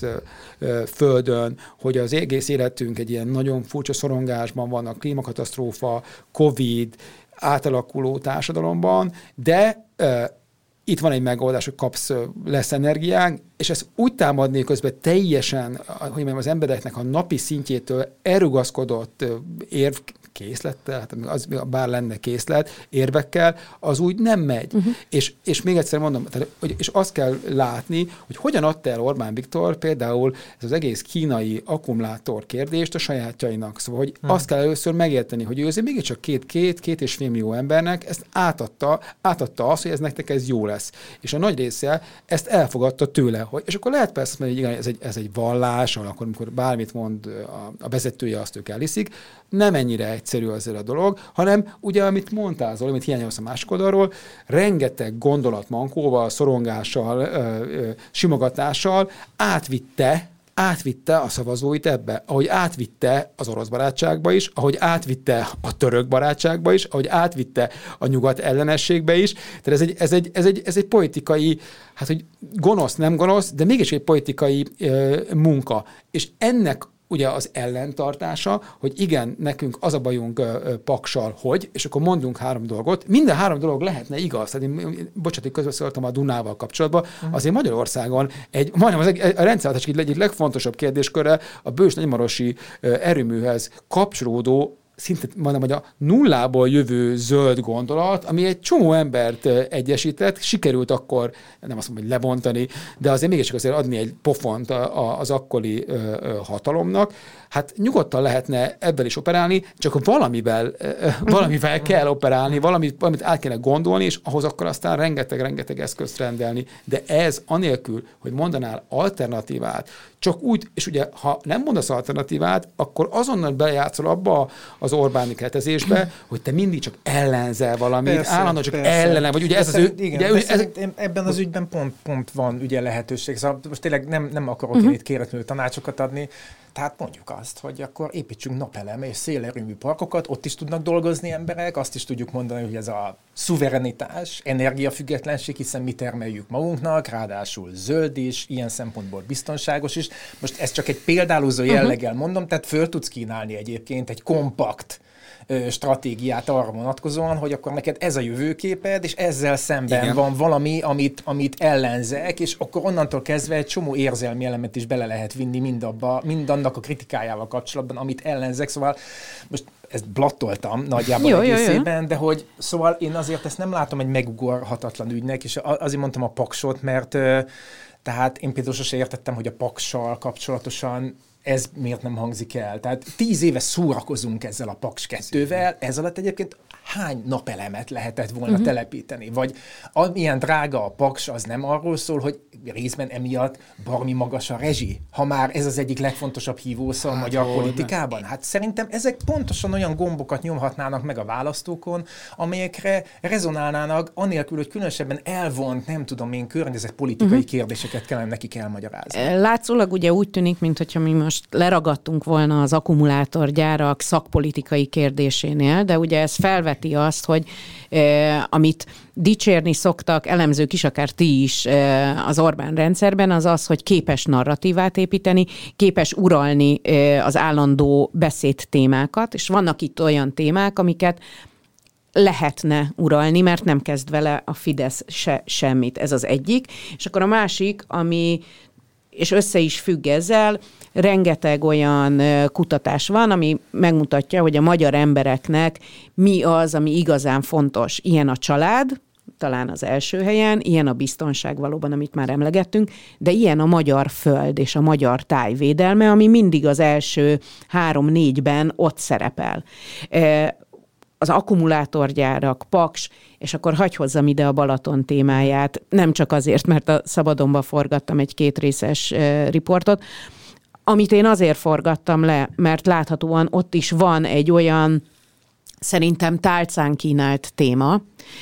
földön, hogy az egész életünk egy ilyen nagyon furcsa szorongásban van, a klímakatasztrófa, Covid, átalakuló társadalomban, de itt van egy megoldás, hogy lesz energiánk, és ezt úgy támadni közben teljesen, hogy mondjam, az embereknek a napi szintjétől elrugaszkodott készlettel, hát az bár lenne készlet, érvekkel, az úgy nem megy. És még egyszer mondom, és azt kell látni, hogy hogyan adta el Orbán Viktor például ez az egész kínai akkumulátor kérdést a sajátjainak. Szóval, hogy azt kell először megérteni, hogy ő azért mégiscsak 2,5 millió embernek ezt átadta azt, hogy nektek ez jó lesz. És a nagy része ezt elfogadta tőle. És akkor lehet persze mondani, hogy igen, ez egy vallás, akkor amikor bármit mond a vezetője, azt ők elhiszik. Nem ennyire egyszerű azért a dolog, hanem ugye, amit mondtál, Zoli, amit hiányolsz a másik oldalról, rengeteg gondolatmankóval, szorongással, simogatással átvitte a szavazóit ebbe, ahogy átvitte az orosz barátságba is, ahogy átvitte a török barátságba is, ahogy átvitte a nyugat ellenességbe is. Tehát ez egy politikai, hát hogy gonosz, nem gonosz, de mégis egy politikai munka. És ennek ugye az ellentartása, hogy igen, nekünk az a bajunk Paksal, hogy, és akkor mondjunk 3 dolgot, minden 3 dolog lehetne igaz. Tehát én, bocsánat, közbeszóltam a Dunával kapcsolatban, azért Magyarországon majdnem a rendszerváltás egyik legfontosabb kérdésköre a Bős Nagymarosi erőműhez kapcsolódó szinte mondom, hogy a nullából jövő zöld gondolat, ami egy csomó embert egyesített, sikerült akkor, nem azt mondom, hogy lebontani, de azért mégiscsak azért adni egy pofont az akkori hatalomnak. Hát nyugodtan lehetne ebből is operálni, csak valamivel kell operálni, valamit át kéne gondolni, és ahhoz akkor aztán rengeteg eszközt rendelni. De ez anélkül, hogy mondanál alternatívát, csak úgy, és ugye, ha nem mondasz alternatívát, akkor azonnal bejátszol abba az Orbáni keretezésbe, hogy te mindig csak ellenzel valamit, állandóan csak ellene, vagy ugye ez az ő... Igen, ugye, ebben az ügyben pont van ugye lehetőség. Szóval most tényleg nem akarok én itt kéretlenül tanácsokat adni, tehát mondjuk azt, hogy akkor építsünk napelem és szélerőmű parkokat, ott is tudnak dolgozni emberek, azt is tudjuk mondani, hogy ez a szuverenitás, energiafüggetlenség, hiszen mi termeljük magunknak, ráadásul zöld is, ilyen szempontból biztonságos is. Most ezt csak egy példálózó jelleggel mondom, tehát föl tudsz kínálni egyébként egy kompakt stratégiát arra vonatkozóan, hogy akkor neked ez a jövőképed, és ezzel szemben igen. van valami, amit ellenzek, és akkor onnantól kezdve egy csomó érzelmi elemet is bele lehet vinni mindannak a kritikájával kapcsolatban, amit ellenzek. Szóval most ezt blattoltam nagyjából egészében, de hogy szóval én azért ezt nem látom egy megugorhatatlan ügynek, és azért mondtam a Paksot, mert tehát én például sose értettem, hogy a Paksal kapcsolatosan ez miért nem hangzik el. Tehát 10 éve szórakozunk ezzel a Paks 2-vel, ez alatt egyébként hány napelemet lehetett volna telepíteni? Vagy amilyen drága a Paks, az nem arról szól, hogy részben emiatt baromi magas a rezsi, ha már ez az egyik legfontosabb hívószó a magyar politikában. Hát szerintem ezek pontosan olyan gombokat nyomhatnának meg a választókon, amelyekre rezonálnának, anélkül, hogy különösebben elvont, nem tudom én, környezetpolitikai kérdéseket kellene nekik elmagyarázni. Látszólag ugye úgy tűnik, mintha mi most leragadtunk volna az akkumulátorgyárak szakpolitikai kérdésénél, de ugye ez felveti azt, hogy amit dicsérni szoktak elemzők is, akár ti is az Orbán rendszerben, az az, hogy képes narratívát építeni, képes uralni az állandó beszédtémákat, és vannak itt olyan témák, amiket lehetne uralni, mert nem kezd vele a Fidesz semmit. Ez az egyik. És akkor a másik, ami, és össze is függ ezzel, rengeteg olyan kutatás van, ami megmutatja, hogy a magyar embereknek mi az, ami igazán fontos. Ilyen a család, talán az első helyen, ilyen a biztonság valóban, amit már emlegettünk, de ilyen a magyar föld és a magyar tájvédelme, ami mindig az első 3-4-ben ott szerepel. Az akkumulátorgyárak, Paks, és akkor hagyj hozzam ide a Balaton témáját, nem csak azért, mert a Szabadonba forgattam egy 2 részes riportot, amit én azért forgattam le, mert láthatóan ott is van egy olyan, szerintem tálcán kínált téma,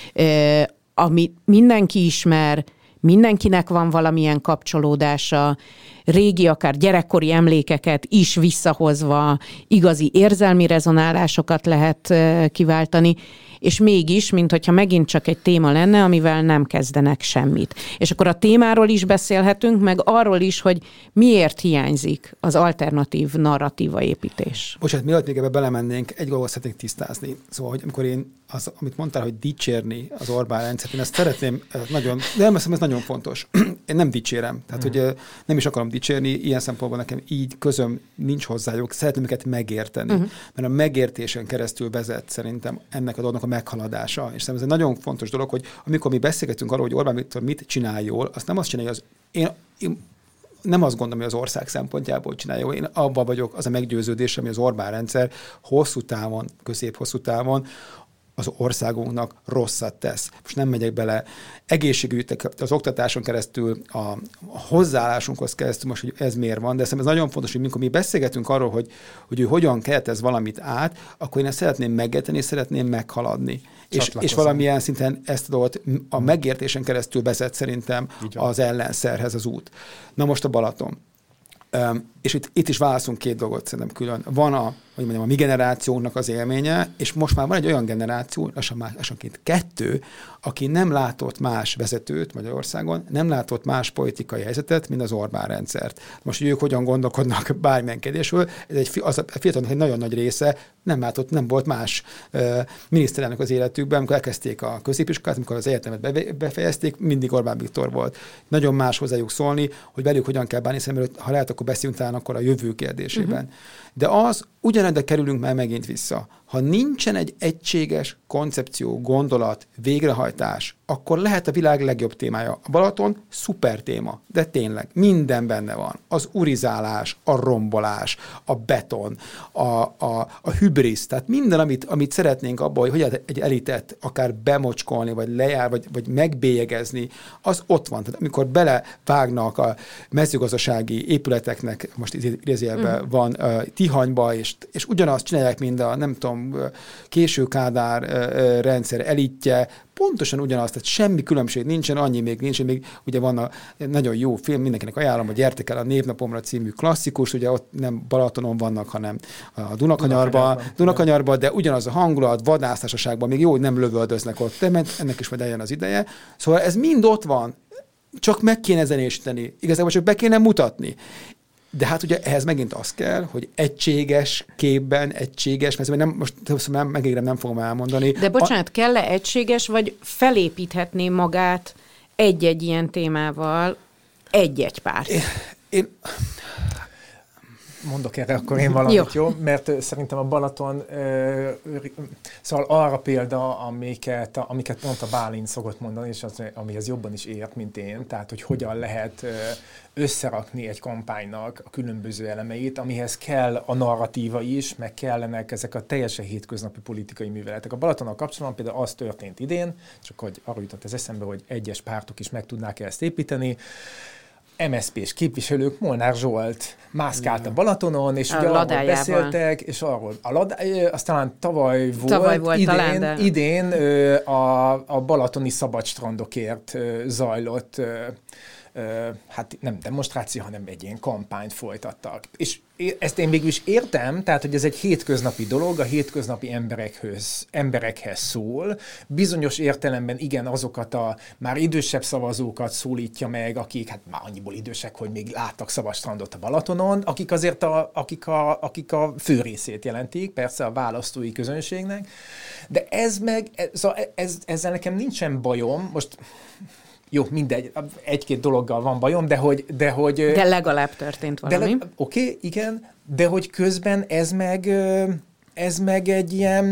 amit mindenki ismer, mindenkinek van valamilyen kapcsolódása, régi, akár gyerekkori emlékeket is visszahozva, igazi érzelmi rezonálásokat lehet kiváltani, és mégis, minthogyha megint csak egy téma lenne, amivel nem kezdenek semmit. És akkor a témáról is beszélhetünk, meg arról is, hogy miért hiányzik az alternatív narratíva építés. Bocsánat, mielőtt még ebbe belemennénk, egy dolgot szeretnék tisztázni. Szóval, hogy amikor én amit mondtál, hogy dicsérni az Orbán rendszert, én ezt szeretném nagyon, de nem, ez nagyon fontos. Én nem dicsérem. Tehát, hogy nem is akarom dicsérni, ilyen szempontból nekem így közöm nincs hozzájuk, szeretném őket megérteni. Mert a megértésen keresztül vezet szerintem ennek a dolognak a meghaladása. És szerintem ez egy nagyon fontos dolog, hogy amikor mi beszélgetünk arról, hogy Orbán Viktor mit csinál jól, azt nem azt csinálja, én nem azt gondolom, hogy az ország szempontjából csinálja. Én abban vagyok, az a meggyőződésem, hogy az Orbán rendszer hosszú távon, közép-hosszú távon az országunknak rosszat tesz. Most nem megyek bele egészségügynek, az oktatáson keresztül, a hozzáállásunkhoz keresztül, most, hogy ez miért van, de szerintem ez nagyon fontos, hogy amikor mi beszélgetünk arról, hogy ő hogyan keretez valamit át, akkor én ezt szeretném megérteni, és szeretném meghaladni. És valamilyen szinten ezt a dolgot a megértésen keresztül vezet szerintem az ellenszerhez az út. Na most a Balaton. És itt is válaszunk 2 dolgot szerintem külön. Van a mi generációnak az élménye, és most már van egy olyan generáció, lassanként 2, aki nem látott más vezetőt Magyarországon, nem látott más politikai helyzetet, mint az Orbán rendszert. Most, hogy ők hogyan gondolkodnak bármilyen kérdésről, az a fiatalnak egy nagyon nagy része nem volt más miniszterelnök az életükben, amikor elkezdték a középiskolát, amikor az egyetemet befejezték, mindig Orbán Viktor volt. Nagyon más hozzájuk szólni, hogy velük hogyan kell bánni, mert ha lehet, akkor beszélünk talán akkor a jövő kérdésében. De az ugyaneddig kerülünk már megint vissza. Ha nincsen egy egységes koncepció, gondolat, végrehajtás, akkor lehet a világ legjobb témája. A Balaton szuper téma, de tényleg minden benne van. Az urizálás, a rombolás, a beton, a hübrisz, tehát minden, amit szeretnénk abban, hogy egy elitet akár bemocskolni, vagy lejár, vagy megbélyegezni, az ott van. Tehát amikor belevágnak a mezőgazdasági épületeknek, most idézőjelben van Tihanyba, és ugyanazt csinálják, mint a, nem tudom, késő Kádár rendszer elitje, pontosan ugyanazt, tehát semmi különbség nincsen, annyi még nincs, még ugye van a nagyon jó film, mindenkinek ajánlom, hogy Gyertek el a Névnapomra című klasszikus, ugye ott nem Balatonon vannak, hanem a Dunakanyarban, de ugyanaz a hangulat, vadásztársaságban, még jó, hogy nem lövöldöznek ott, de ennek is majd eljön az ideje. Szóval ez mind ott van, csak meg kéne zenésíteni, igazából csak be kéne mutatni. De hát ugye ehhez megint az kell, hogy egységes képben, mert nem, most megígérem, nem fogom elmondani. De bocsánat, kell-e egységes, vagy felépíthetné magát egy-egy ilyen témával egy-egy párt? Én mondok erre akkor én valamit, jó? Mert szerintem a Balaton, szóval arra példa, amiket pont a Bálint szokott mondani, és amihez jobban is ért, mint én, tehát hogy hogyan lehet összerakni egy kampánynak a különböző elemeit, amihez kell a narratíva is, meg kellenek ezek a teljesen hétköznapi politikai műveletek. A Balatonnal kapcsolatban például az történt idén, csak hogy arra jutott az eszembe, hogy egyes pártok is meg tudnák ezt építeni, MSZP-s képviselők, Molnár Zsolt mászkált a Balatonon, és ugye arról beszéltek, és arról, azt talán tavaly volt idén a balatoni szabadstrandokért zajlott, hát nem demonstráció, hanem egy ilyen kampányt folytattak. És ezt én végül is értem, tehát, hogy ez egy hétköznapi dolog, a hétköznapi emberekhez szól. Bizonyos értelemben igen, azokat a már idősebb szavazókat szólítja meg, akik hát már annyiból idősek, hogy még láttak szabadstrandot a Balatonon, akik azért akik a fő részét jelentik, persze a választói közönségnek. De ezzel nekem nincsen bajom, most jó, mindegy, egy-két dologgal van bajom, de legalább történt valami. Oké, igen, de hogy közben ez meg egy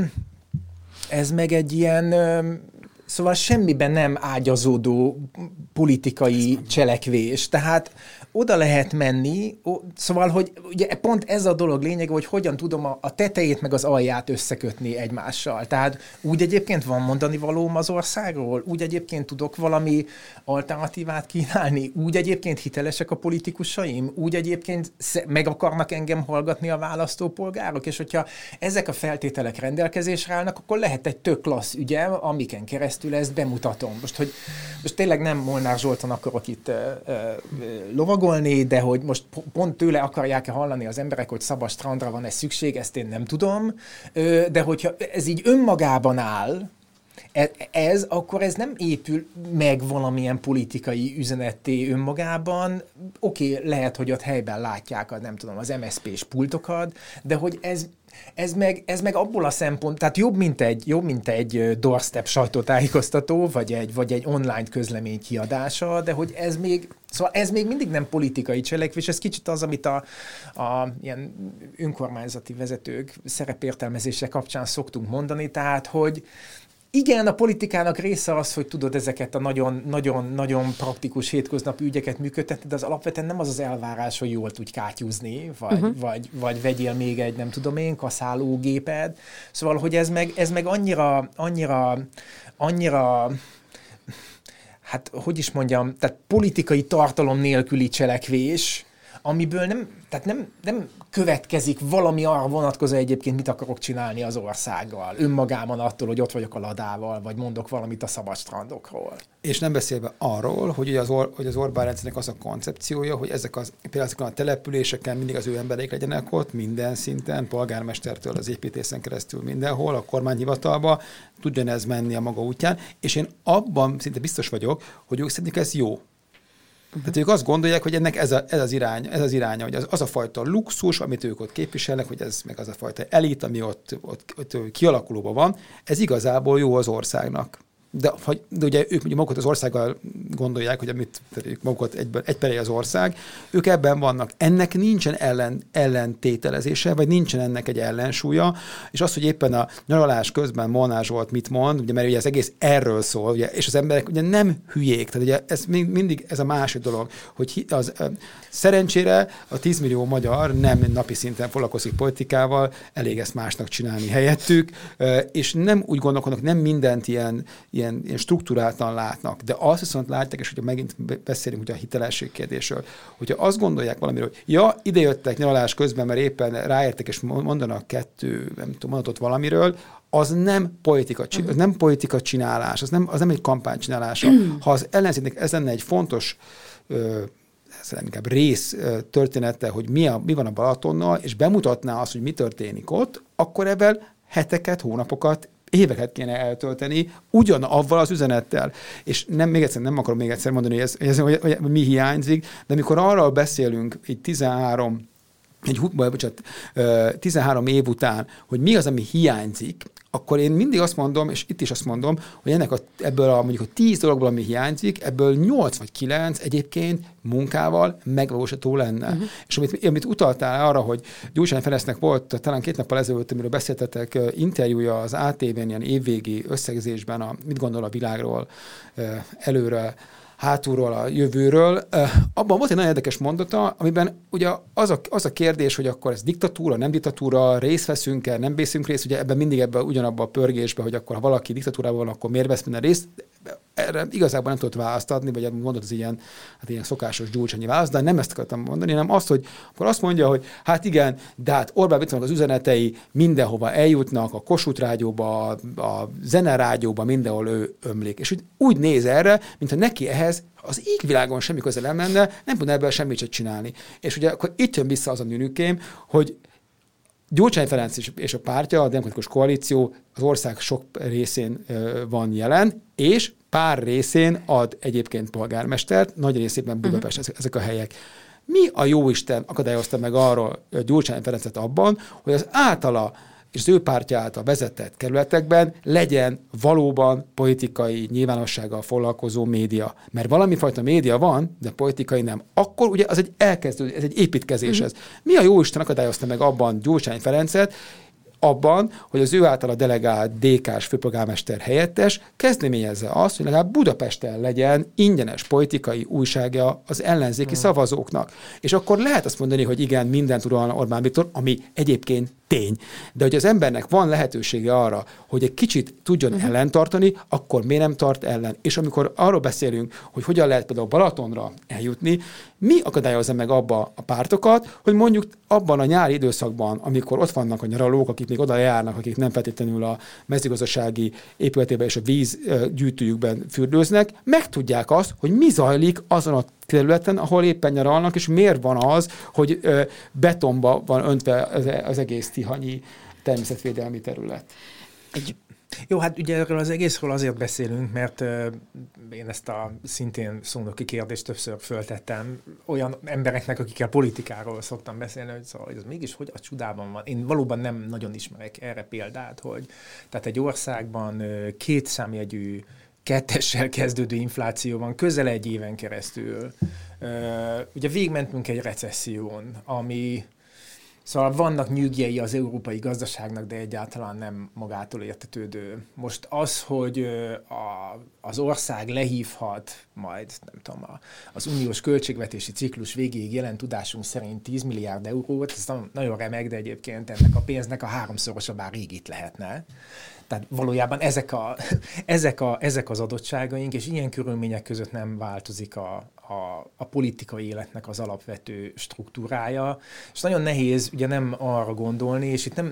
ilyen, szóval semmiben nem ágyazódó politikai cselekvés. Tehát oda lehet menni, szóval, hogy ugye pont ez a dolog lényege, hogy hogyan tudom a tetejét meg az alját összekötni egymással. Tehát úgy egyébként van mondani valóm az országról, úgy egyébként tudok valami alternatívát kínálni, úgy egyébként hitelesek a politikusaim, úgy egyébként meg akarnak engem hallgatni a választópolgárok, és hogyha ezek a feltételek rendelkezésre állnak, akkor lehet egy tök klassz ügyem, amiken keresztül ezt bemutatom. Most tényleg nem Molnár Zsolton akarok itt lovagolni, de hogy most pont tőle akarják-e hallani az emberek, hogy szabad strandra van-e szükség, ezt én nem tudom, de hogyha ez így önmagában áll, akkor ez nem épül meg valamilyen politikai üzenetté önmagában. Oké, lehet, hogy ott helyben látják nem tudom, az MSZP-s pultokat, de hogy ez meg abból a szempont, tehát jobb, mint egy doorstep sajtótájékoztató, vagy egy online közlemény kiadása, de hogy ez még mindig nem politikai cselekvés, ez kicsit az, amit a ilyen önkormányzati vezetők szerepértelmezése kapcsán szoktunk mondani, tehát, hogy igen, a politikának része az, hogy tudod ezeket a nagyon praktikus hétköznapi ügyeket működtetni, de az alapvetően nem az az elvárás, hogy jól tudj kátyúzni, vagy vegyél még egy, nem tudom én, kaszálógéped. Szóval, hogy ez meg annyira, hát hogy is mondjam, tehát politikai tartalom nélküli cselekvés, amiből nem következik valami arra vonatkozó egyébként, mit akarok csinálni az országgal, önmagában attól, hogy ott vagyok a Ladával, vagy mondok valamit a szabadstrandokról. És nem beszélve arról, hogy az Orbán rendszernek az a koncepciója, hogy például ezeken a településeken mindig az ő emberek legyenek ott, minden szinten, polgármestertől az építészen keresztül mindenhol, a kormányhivatalba, tudjon ez menni a maga útján, és én abban szinte biztos vagyok, hogy ők szerintük ez jó. Tehát ők azt gondolják, hogy ennek ez az iránya, hogy az a fajta luxus, amit ők ott képviselnek, hogy ez meg az a fajta elit, ami ott kialakulóban van, ez igazából jó az országnak. De ugye ők magukat az országgal gondolják, hogy ők magukat egyperei az ország, ők ebben vannak. Ennek nincsen ellentételezése, vagy nincsen ennek egy ellensúlya, és az, hogy éppen a nyaralás közben Molnár Zsolt mit mond, ugye, mert ugye ez egész erről szól, ugye, és az emberek ugye nem hülyék, tehát ugye ez mindig ez a másik dolog, hogy szerencsére a 10 millió magyar nem napi szinten foglalkozik politikával, elég ezt másnak csinálni helyettük, és nem úgy gondolkodnak, nem mindent ilyen struktúráltan látnak, de azt viszont látják, és hogyha megint beszélünk ugye a hitelesség kérdésről, hogyha azt gondolják valamiről, hogy ja, idejöttek nyaralás közben, mert éppen ráértek, és mondanak mondatot valamiről, az nem politika csinálás, az nem egy kampánycsinálása. Ha az ellenzéknek ez lenne egy fontos inkább rész története, hogy mi van a Balatonnal, és bemutatná azt, hogy mi történik ott, akkor ebben heteket, hónapokat éveket kéne eltölteni ugyanavval az üzenettel. És nem akarom még egyszer mondani, hogy mi hiányzik, de amikor arról beszélünk, így 13 év után, hogy mi az, ami hiányzik, akkor én mindig azt mondom, és itt is azt mondom, hogy ebből mondjuk a 10 dologból, ami hiányzik, ebből 8 vagy 9 egyébként munkával megvalósítható lenne. Uh-huh. És amit utaltál arra, hogy Gyurcsány Ferencnek volt talán 2 nappal ezelőtt, amiről beszéltetek, interjúja az ATV-n ilyen évvégi összegzésben, mit gondol a világról előre, hátulról, a jövőről. Abban volt egy nagyon érdekes mondata, amiben ugye az a kérdés, hogy akkor ez diktatúra, nem diktatúra, részt veszünk-e, nem veszünk részt, ugye ebben ugyanabban a pörgésben, hogy akkor ha valaki diktatúrában van, akkor miért vesz minden részt. Erre igazából nem tudott választ adni, vagy mondod, az ilyen szokásos Gyurcsányi válasz, de nem ezt akartam mondani, hanem azt, hogy akkor azt mondja, hogy hát igen, de hát Orbán Viktornak az üzenetei mindenhova eljutnak, a Kossuth rádióba, a Zene rádióba, mindenhol ő ömlik. És úgy néz erre, mintha neki ehhez az égvilágon semmi köze nem lenne, nem tudna ebből semmit sem csinálni. És ugye akkor itt jön vissza az a nünükém, hogy Gyurcsány Ferenc és a pártja, a Demokratikus Koalíció az ország sok részén van jelen, és pár részén ad egyébként polgármestert, nagy részében Budapest, ezek a helyek. Mi a jóisten akadályozta meg arról Gyurcsány Ferencet abban, hogy az általa és az ő pártja által vezetett kerületekben legyen valóban politikai nyilvánossággal foglalkozó média. Mert valami fajta média van, de politikai nem. Akkor ugye az egy elkezdődő, ez egy építkezés ez. Mi a jóisten akadályozta meg abban Gyurcsány Ferencet, abban, hogy az ő által a delegált DK-s főpolgármester helyettes kezdeményezze azt, hogy legalább Budapesten legyen ingyenes politikai újságja az ellenzéki szavazóknak. És akkor lehet azt mondani, hogy igen, mindent uralna Orbán Viktor, ami egyébként tény. De hogy az embernek van lehetősége arra, hogy egy kicsit tudjon ellentartani, akkor miért nem tart ellen? És amikor arról beszélünk, hogy hogyan lehet például Balatonra eljutni, mi akadályozza meg abba a pártokat, hogy mondjuk abban a nyári időszakban, amikor ott vannak a nyaralók, akik még oda járnak, akik nem feltétlenül a mezőgazdasági épületében és a vízgyűjtőjükben fürdőznek, megtudják azt, hogy mi zajlik azon a területen, ahol éppen nyaralnak, és miért van az, hogy betonba van öntve az egész tihanyi természetvédelmi terület. Jó, hát ugye erről az egészről azért beszélünk, mert én ezt a szintén szónoki kérdést többször föltettem olyan embereknek, akikkel politikáról szoktam beszélni, hogy szóval ez mégis hogy a csodában van. Én valóban nem nagyon ismerek erre példát, hogy tehát egy országban 2 számjegyű 2-essel kezdődő infláció van közel 1 éven keresztül. Ugye végigmentünk egy recesszión, ami szóval vannak nyűgjei az európai gazdaságnak, de egyáltalán nem magától értetődő. Most az, hogy az ország lehívhat majd, nem tudom, az uniós költségvetési ciklus végéig jelen tudásunk szerint 10 milliárd eurót, ez nagyon remek, de egyébként ennek a pénznek a 3-szorosa bár rég itt lehetne. Tehát valójában ezek az adottságaink, és ilyen körülmények között nem változik a politikai életnek az alapvető struktúrája. És nagyon nehéz ugye nem arra gondolni, és itt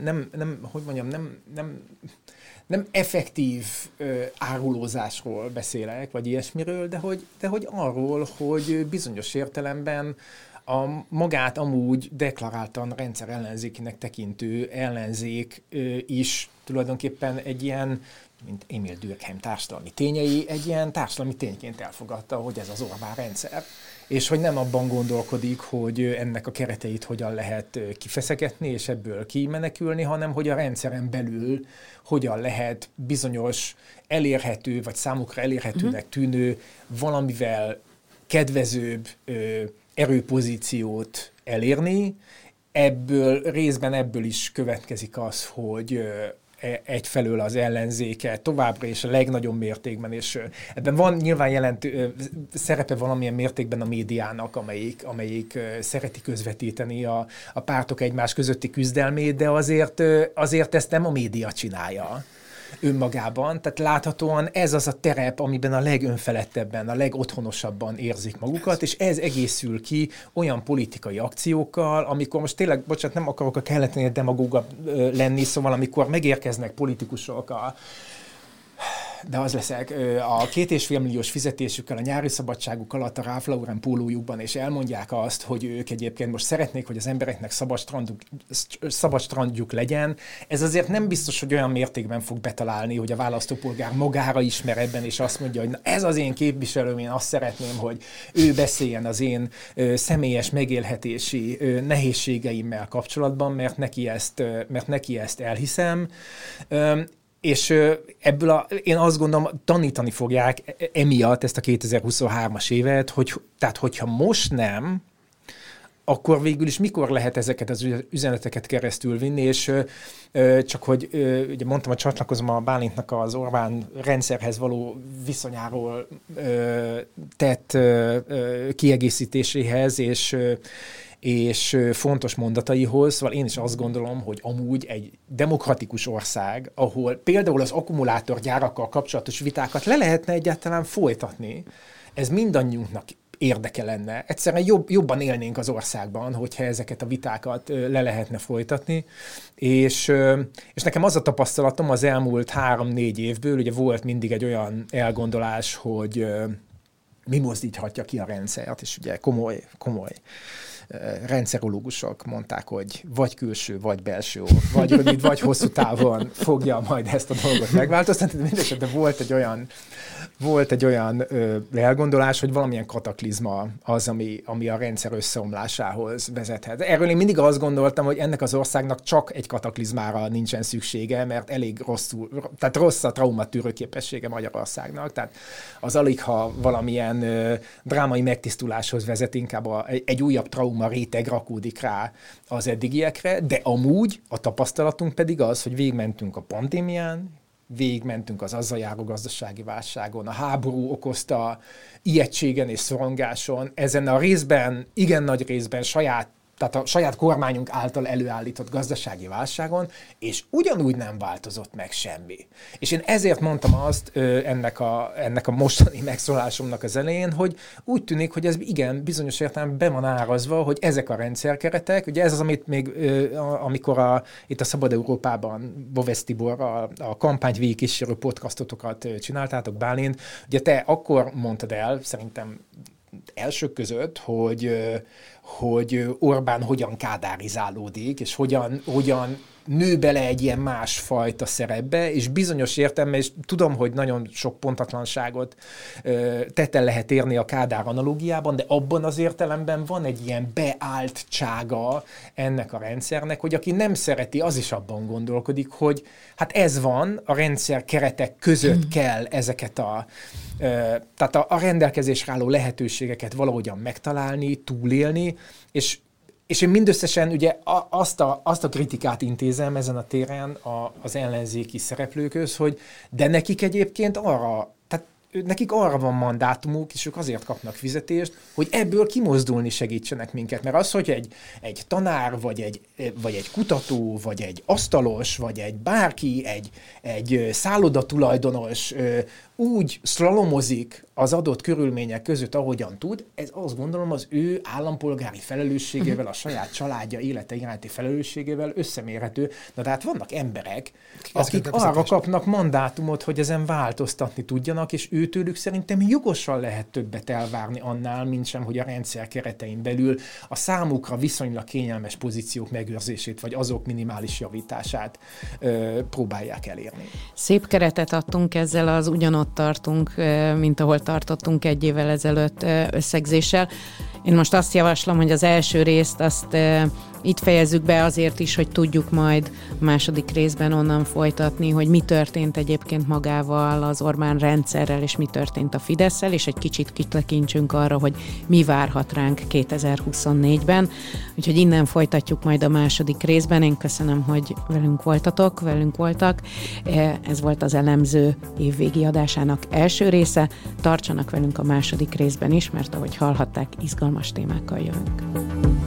nem effektív árulózásról beszélek, vagy ilyesmiről, de hogy arról, hogy bizonyos értelemben a magát amúgy deklaráltan rendszer ellenzékinek tekintő ellenzék is tulajdonképpen egy ilyen, mint Emil Durkheim társadalmi tényei, egy ilyen társadalmi tényként elfogadta, hogy ez az Orbán rendszer. És hogy nem abban gondolkodik, hogy ennek a kereteit hogyan lehet kifeszegetni, és ebből kimenekülni, hanem hogy a rendszeren belül hogyan lehet bizonyos elérhető, vagy számukra elérhetőnek tűnő, valamivel kedvezőbb erőpozíciót elérni. Részben ebből is következik az, hogy egyfelől az ellenzéke továbbra is a legnagyobb mértékben, és ebben van nyilván szerepe valamilyen mértékben a médiának, amelyik szereti közvetíteni a pártok egymás közötti küzdelmét, de azért ezt nem a média csinálja önmagában, tehát láthatóan ez az a terep, amiben a legönfelettebben, a legotthonosabban érzik magukat, és ez egészül ki olyan politikai akciókkal, amikor most tényleg, bocsánat, nem akarok a kelleténél demagóga lenni, szóval amikor megérkeznek politikusok de az leszek. A 2,5 milliós fizetésükkel, a nyári szabadságuk alatt a Ralph Lauren pólójukban, és elmondják azt, hogy ők egyébként most szeretnék, hogy az embereknek szabad strandjuk legyen. Ez azért nem biztos, hogy olyan mértékben fog betalálni, hogy a választópolgár magára ismer ebben, és azt mondja, hogy na, ez az én képviselőm, én azt szeretném, hogy ő beszéljen az én személyes megélhetési nehézségeimmel kapcsolatban, mert neki ezt elhiszem. És ebből én azt gondolom, tanítani fogják emiatt ezt a 2023-as évet, tehát hogyha most nem, akkor végül is mikor lehet ezeket az üzeneteket keresztül vinni, és csak hogy ugye mondtam, hogy csatlakozom a Bálintnak az Orbán rendszerhez való viszonyáról tett kiegészítéséhez, és fontos mondataihoz, szóval én is azt gondolom, hogy amúgy egy demokratikus ország, ahol például az akkumulátorgyárakkal kapcsolatos vitákat le lehetne egyáltalán folytatni, ez mindannyiunknak érdeke lenne. Egyszerűen jobban élnénk az országban, hogyha ezeket a vitákat le lehetne folytatni, és nekem az a tapasztalatom az elmúlt 3-4 évből, ugye volt mindig egy olyan elgondolás, hogy mi mozdíthatja ki a rendszert, és ugye komoly rendszerológusok mondták, hogy vagy külső, vagy belső, vagy rövid, vagy hosszú távon fogja majd ezt a dolgot megváltoztatni. Mindenesetre volt egy olyan elgondolás, hogy valamilyen kataklizma az, ami a rendszer összeomlásához vezethet. Erről én mindig azt gondoltam, hogy ennek az országnak csak egy kataklizmára nincsen szüksége, mert elég rossz a traumatűrő képessége Magyarországnak. Tehát az alig, ha valamilyen drámai megtisztuláshoz vezet, inkább egy újabb trauma réteg rakódik rá az eddigiekre, de amúgy a tapasztalatunk pedig az, hogy végigmentünk a pandémián, végigmentünk az azzal járó gazdasági válságon, a háború okozta ijegységen és szorongáson, ezen a részben, igen nagy részben tehát a saját kormányunk által előállított gazdasági válságon, és ugyanúgy nem változott meg semmi. És én ezért mondtam azt ennek a mostani megszólásomnak az elején, hogy úgy tűnik, hogy ez igen, bizonyos értelemben be van árazva, hogy ezek a rendszerkeretek, ugye ez az, amit még amikor itt a Szabad Európában Bovesz Tiborral a kampány végigkísérő podcastotokat csináltátok, Bálint, ugye te akkor mondtad el, szerintem elsők között, hogy Orbán hogyan kádárizálódik, és hogyan nő bele egy ilyen másfajta szerepbe, és bizonyos értelemben, és tudom, hogy nagyon sok pontatlanságot tetten lehet érni a Kádár analógiában, de abban az értelemben van egy ilyen beáltsága ennek a rendszernek, hogy aki nem szereti, az is abban gondolkodik, hogy hát ez van, a rendszer keretek között kell ezeket tehát a rendelkezésre álló lehetőségeket valahogyan megtalálni, túlélni, és én mindösszesen ugye azt a kritikát intézem ezen a téren az ellenzéki szereplőkhöz, hogy de nekik egyébként nekik arra van mandátumuk, és ők azért kapnak fizetést, hogy ebből kimozdulni segítsenek minket. Mert az, hogy egy tanár, vagy egy kutató, vagy egy asztalos, vagy egy bárki, egy szállodatulajdonos úgy szlalomozik az adott körülmények között, ahogyan tud, ez azt gondolom az ő állampolgári felelősségével, a saját családja élete iránti felelősségével összemérhető. Na tehát vannak emberek, akik arra kapnak mandátumot, hogy ezen változtatni tudjanak, és őtőlük szerintem jogosan lehet többet elvárni annál, mint sem, hogy a rendszer keretein belül a számukra viszonylag kényelmes pozíciók megőrzését, vagy azok minimális javítását próbálják elérni. Szép keretet adtunk ezzel, az ugyanott tartunk, mint ahol tartottunk 1 évvel ezelőtt összegzéssel. Én most azt javaslom, hogy az első részt azt itt fejezzük be azért is, hogy tudjuk majd a második részben onnan folytatni, hogy mi történt egyébként magával az Orbán rendszerrel, és mi történt a Fidesszel, és egy kicsit kitekintsünk arra, hogy mi várhat ránk 2024-ben. Úgyhogy innen folytatjuk majd a második részben. Én köszönöm, hogy velünk voltak. Ez volt az Elemző évvégi adásának első része. Tartsanak velünk a második részben is, mert ahogy hallhatták, izgalmas témákkal jövünk.